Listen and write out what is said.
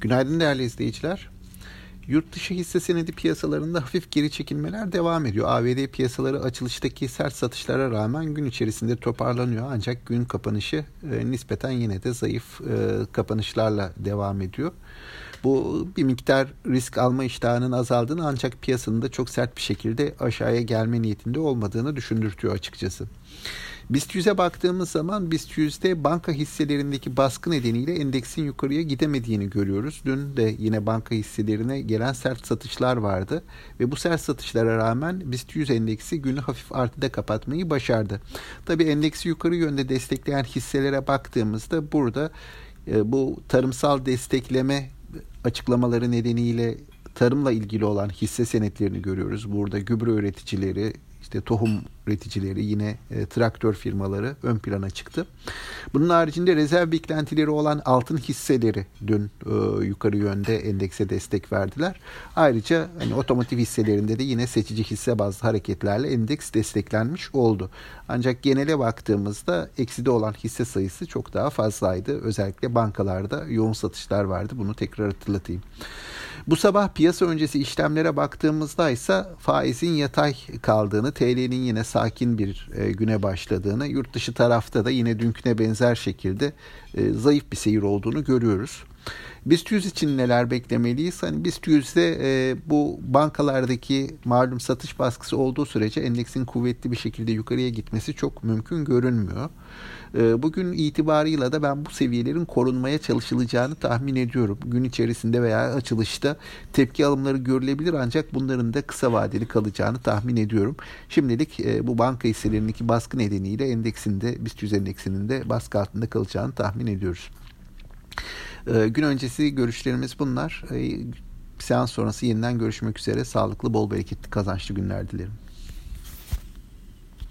Günaydın değerli izleyiciler. Yurt dışı hisse senedi piyasalarında hafif geri çekilmeler devam ediyor. ABD piyasaları açılıştaki sert satışlara rağmen gün içerisinde toparlanıyor. Ancak gün kapanışı nispeten yine de zayıf kapanışlarla devam ediyor. Bu bir miktar risk alma iştahının azaldığını ancak piyasanın da çok sert bir şekilde aşağıya gelme niyetinde olmadığını düşündürtüyor açıkçası. BIST 100'e baktığımız zaman BIST 100'de banka hisselerindeki baskı nedeniyle endeksin yukarıya gidemediğini görüyoruz. Dün de yine banka hisselerine gelen sert satışlar vardı ve bu sert satışlara rağmen BIST 100 endeksi günü hafif artıda kapatmayı başardı. Tabii endeksi yukarı yönde destekleyen hisselere baktığımızda burada bu tarımsal destekleme açıklamaları nedeniyle tarımla ilgili olan hisse senetlerini görüyoruz. Burada gübre üreticileri, İşte tohum üreticileri, yine traktör firmaları ön plana çıktı. Bunun haricinde rezerv beklentileri olan altın hisseleri dün yukarı yönde endekse destek verdiler. Ayrıca otomotiv hisselerinde de yine seçici hisse bazlı hareketlerle endeks desteklenmiş oldu. Ancak genele baktığımızda ekside olan hisse sayısı çok daha fazlaydı. Özellikle bankalarda yoğun satışlar vardı. Bunu tekrar hatırlatayım. Bu sabah piyasa öncesi işlemlere baktığımızda ise faizin yatay kaldığını, TL'nin yine sakin bir güne başladığını, yurt dışı tarafta da yine dünküne benzer şekilde zayıf bir seyir olduğunu görüyoruz. BIST 100 için neler beklemeliyiz? BIST 100'de bu bankalardaki malum satış baskısı olduğu sürece endeksin kuvvetli bir şekilde yukarıya gitmesi çok mümkün görünmüyor. Bugün itibarıyla da ben bu seviyelerin korunmaya çalışılacağını tahmin ediyorum. Gün içerisinde veya açılışta tepki alımları görülebilir ancak bunların da kısa vadeli kalacağını tahmin ediyorum. Şimdilik bu banka hisselerindeki baskı nedeniyle endeksinde, BIST 100 endeksinin de baskı altında kalacağını tahmin ediyoruz. Gün öncesi görüşlerimiz bunlar. Seans sonrası yeniden görüşmek üzere. Sağlıklı, bol bereketli, kazançlı günler dilerim.